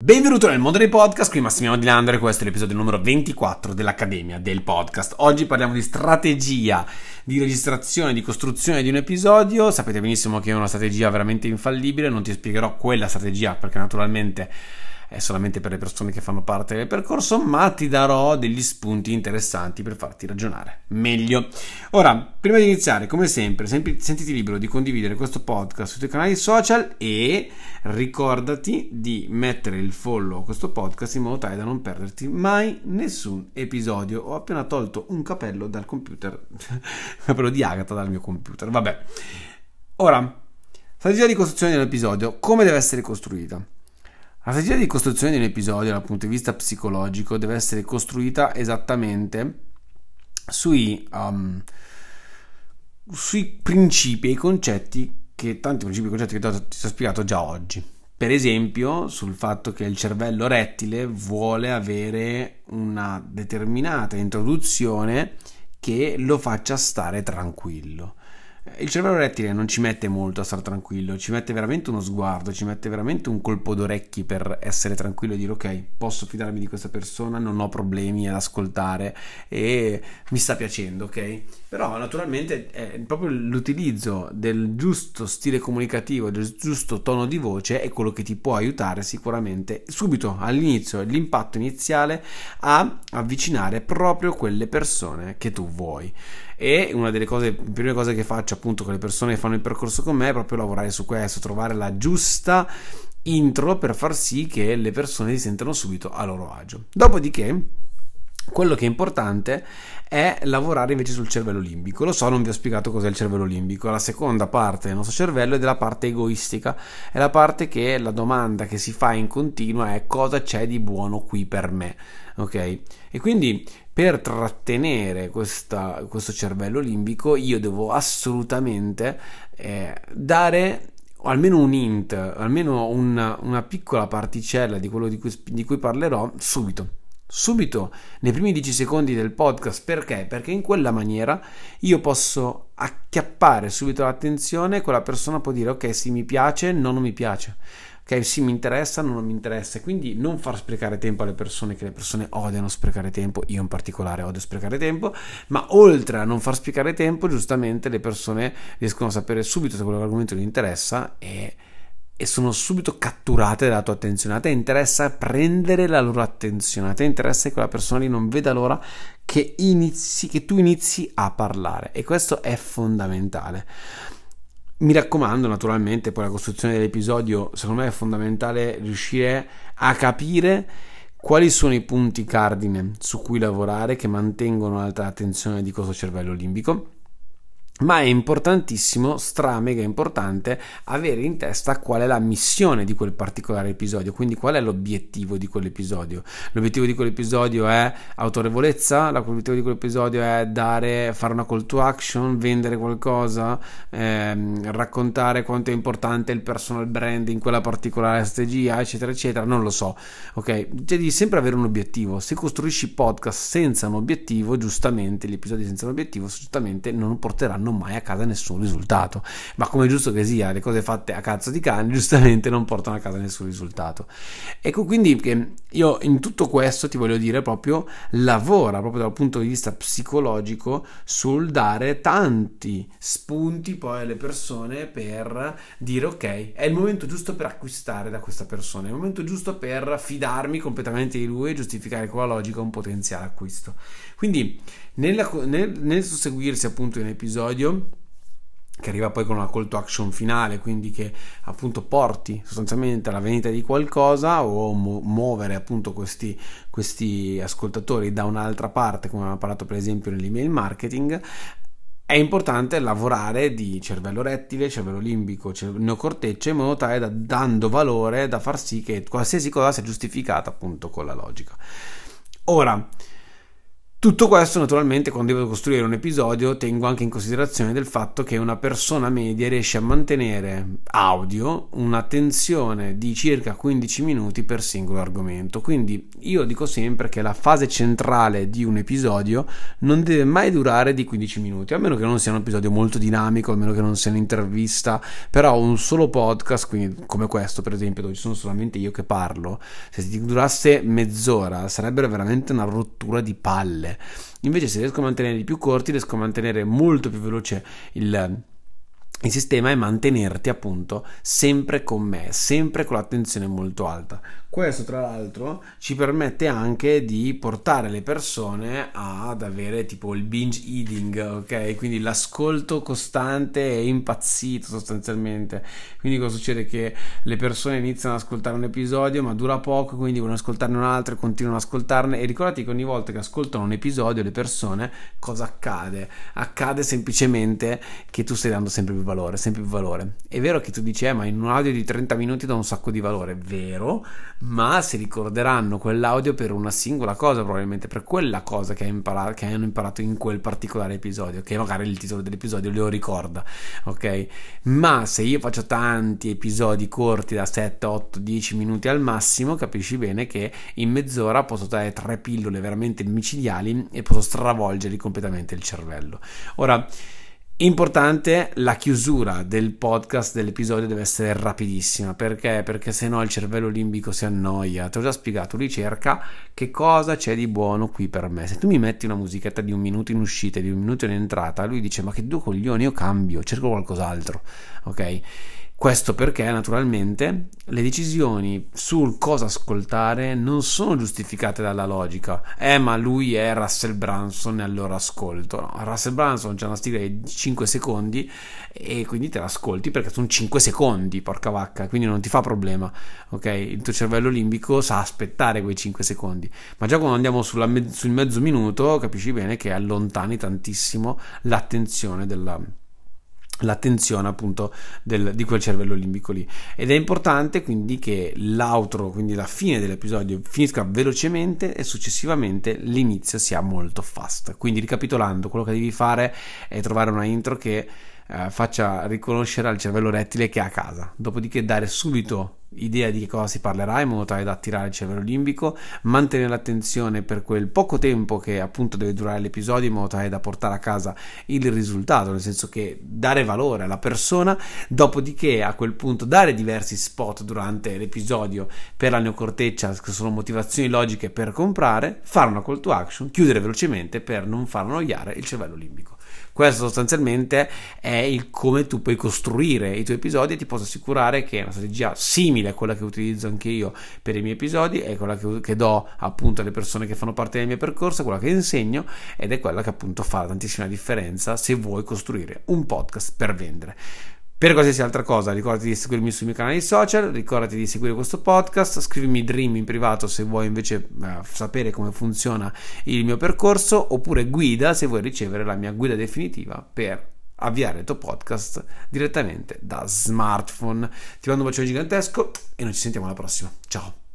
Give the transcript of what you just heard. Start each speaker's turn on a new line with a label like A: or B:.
A: Benvenuto nel mondo dei podcast, qui Massimiliano Di Landro e questo è l'episodio numero 24 dell'Accademia del Podcast. Oggi parliamo di strategia di registrazione, di costruzione di un episodio. Sapete benissimo che è una strategia veramente infallibile, non ti spiegherò quella strategia perché naturalmente è solamente per le persone che fanno parte del percorso, ma ti darò degli spunti interessanti per farti ragionare meglio. Ora, prima di iniziare, come sempre, sentiti libero di condividere questo podcast sui tuoi canali social e ricordati di mettere il follow a questo podcast in modo tale da non perderti mai nessun episodio. Ho appena tolto un capello dal computer, un capello di Agatha dal mio computer. Vabbè. Ora, strategia di costruzione dell'episodio. Come deve essere costruita? La strategia di costruzione di un episodio dal punto di vista psicologico deve essere costruita esattamente sui principi e i concetti tanti principi e concetti che ti ho spiegato già oggi. Per esempio, sul fatto che il cervello rettile vuole avere una determinata introduzione che lo faccia stare tranquillo. Il cervello rettile non ci mette molto a stare tranquillo, ci mette veramente uno sguardo, ci mette veramente un colpo d'orecchi per essere tranquillo e dire ok, posso fidarmi di questa persona, non ho problemi ad ascoltare e mi sta piacendo, ok? Però naturalmente è proprio l'utilizzo del giusto stile comunicativo, del giusto tono di voce è quello che ti può aiutare sicuramente subito all'inizio, l'impatto iniziale a avvicinare proprio quelle persone che tu vuoi. E una delle prime cose che faccio appunto con le persone che fanno il percorso con me è proprio lavorare su questo, trovare la giusta intro per far sì che le persone si sentano subito a loro agio. Dopodiché, quello che è importante è lavorare invece sul cervello limbico. Lo so, non vi ho spiegato cos'è il cervello limbico. La seconda parte del nostro cervello è della parte egoistica, è la parte che la domanda che si fa in continua è cosa c'è di buono qui per me, ok? E quindi per trattenere questo cervello limbico io devo assolutamente dare almeno un hint, almeno una piccola particella di quello di cui parlerò subito nei primi 10 secondi del podcast. Perché? Perché in quella maniera io posso acchiappare subito l'attenzione, quella persona può dire ok, sì, mi piace, no, non mi piace, ok, sì, mi interessa, no, non mi interessa. Quindi non far sprecare tempo alle persone, che le persone odiano sprecare tempo, io in particolare odio sprecare tempo, ma oltre a non far sprecare tempo, giustamente le persone riescono a sapere subito se quell'argomento gli interessa e sono subito catturate dalla tua attenzione. A te interessa prendere la loro attenzione, a te interessa che quella persona lì non veda l'ora che tu inizi a parlare, e questo è fondamentale. Mi raccomando, naturalmente, poi la costruzione dell'episodio, secondo me è fondamentale riuscire a capire quali sono i punti cardine su cui lavorare che mantengono alta l'attenzione di questo cervello limbico. Ma è importantissimo, mega importante, avere in testa qual è la missione di quel particolare episodio, quindi qual è l'obiettivo di quell'episodio. L'obiettivo di quell'episodio è autorevolezza, l'obiettivo di quell'episodio è fare una call to action, vendere qualcosa, raccontare quanto è importante il personal brand in quella particolare strategia, eccetera, eccetera, non lo so, ok? Devi sempre avere un obiettivo. Se costruisci podcast senza un obiettivo, giustamente, gli episodi senza un obiettivo, giustamente non porteranno mai a casa nessun risultato, ma come è giusto che sia, le cose fatte a cazzo di cane giustamente non portano a casa nessun risultato. Ecco, quindi che io in tutto questo ti voglio dire proprio lavora proprio dal punto di vista psicologico sul dare tanti spunti poi alle persone per dire ok, è il momento giusto per acquistare da questa persona, è il momento giusto per fidarmi completamente di lui e giustificare con la logica un potenziale acquisto. Quindi nel susseguirsi appunto in episodio che arriva poi con una call to action finale, quindi che appunto porti sostanzialmente alla vendita di qualcosa o muovere appunto questi ascoltatori da un'altra parte, come abbiamo parlato per esempio nell'email marketing, è importante lavorare di cervello rettile, cervello limbico, neocorteccia, in modo tale da dando valore, da far sì che qualsiasi cosa sia giustificata appunto con la logica. Ora, Tutto questo naturalmente quando devo costruire un episodio tengo anche in considerazione del fatto che una persona media riesce a mantenere audio una tensione di circa 15 minuti per singolo argomento. Quindi io dico sempre che la fase centrale di un episodio non deve mai durare di 15 minuti, a meno che non sia un episodio molto dinamico, a meno che non sia un'intervista, però un solo podcast, quindi come questo per esempio, dove ci sono solamente io che parlo, se ti durasse mezz'ora sarebbe veramente una rottura di palle. Invece se riesco a mantenerli più corti, riesco a mantenere molto più veloce il sistema e mantenerti appunto sempre con me, sempre con l'attenzione molto alta. Questo tra l'altro ci permette anche di portare le persone ad avere tipo il binge eating, ok? Quindi l'ascolto costante e impazzito sostanzialmente. Quindi cosa succede? Che le persone iniziano ad ascoltare un episodio ma dura poco, quindi vogliono ascoltarne un altro e continuano ad ascoltarne, e ricordati che ogni volta che ascoltano un episodio le persone, cosa accade? Accade semplicemente che tu stai dando sempre più valore, sempre più valore. È vero che tu dici ma in un audio di 30 minuti do un sacco di valore, vero? Ma si ricorderanno quell'audio per una singola cosa, probabilmente per quella cosa che hanno imparato in quel particolare episodio, che magari il titolo dell'episodio lo ricorda, ok? Ma se io faccio tanti episodi corti da 7, 8, 10 minuti al massimo, capisci bene che in mezz'ora posso dare 3 pillole veramente micidiali e posso stravolgere completamente il cervello. Ora, importante, la chiusura del podcast, dell'episodio deve essere rapidissima. Perché? Perché se no il cervello limbico si annoia. Ti ho già spiegato, lui cerca che cosa c'è di buono qui per me. Se tu mi metti una musichetta di 1 minuto in uscita e di 1 minuto in entrata, lui dice ma che due coglioni, io cambio, cerco qualcos'altro, ok? Questo perché naturalmente le decisioni sul cosa ascoltare non sono giustificate dalla logica. Ma lui è Russell Brunson e allora ascolto. No, Russell Brunson c'è una sigla di 5 secondi e quindi te l'ascolti perché sono 5 secondi, porca vacca, quindi non ti fa problema, ok? Il tuo cervello limbico sa aspettare quei 5 secondi, ma già quando andiamo sul mezzo minuto capisci bene che allontani tantissimo l'attenzione appunto di quel cervello limbico lì. Ed è importante quindi che l'outro, quindi la fine dell'episodio, finisca velocemente e successivamente l'inizio sia molto fast. Quindi ricapitolando, quello che devi fare è trovare una intro che faccia riconoscere al cervello rettile che è a casa, dopodiché dare subito idea di che cosa si parlerà in modo tale da attirare il cervello limbico, mantenere l'attenzione per quel poco tempo che appunto deve durare l'episodio in modo tale da portare a casa il risultato, nel senso che dare valore alla persona, dopodiché a quel punto dare diversi spot durante l'episodio per la neocorteccia che sono motivazioni logiche per comprare, fare una call to action, chiudere velocemente per non far annoiare il cervello limbico. Questo sostanzialmente è il come tu puoi costruire i tuoi episodi, e ti posso assicurare che è una strategia simile a quella che utilizzo anche io per i miei episodi, è quella che do appunto alle persone che fanno parte del mio percorso, quella che insegno, ed è quella che appunto fa tantissima differenza se vuoi costruire un podcast per vendere. Per qualsiasi altra cosa ricordati di seguirmi sui miei canali social, ricordati di seguire questo podcast, scrivimi Dream in privato se vuoi invece sapere come funziona il mio percorso, oppure guida se vuoi ricevere la mia guida definitiva per avviare il tuo podcast direttamente da smartphone. Ti mando un bacione gigantesco e noi ci sentiamo alla prossima. Ciao!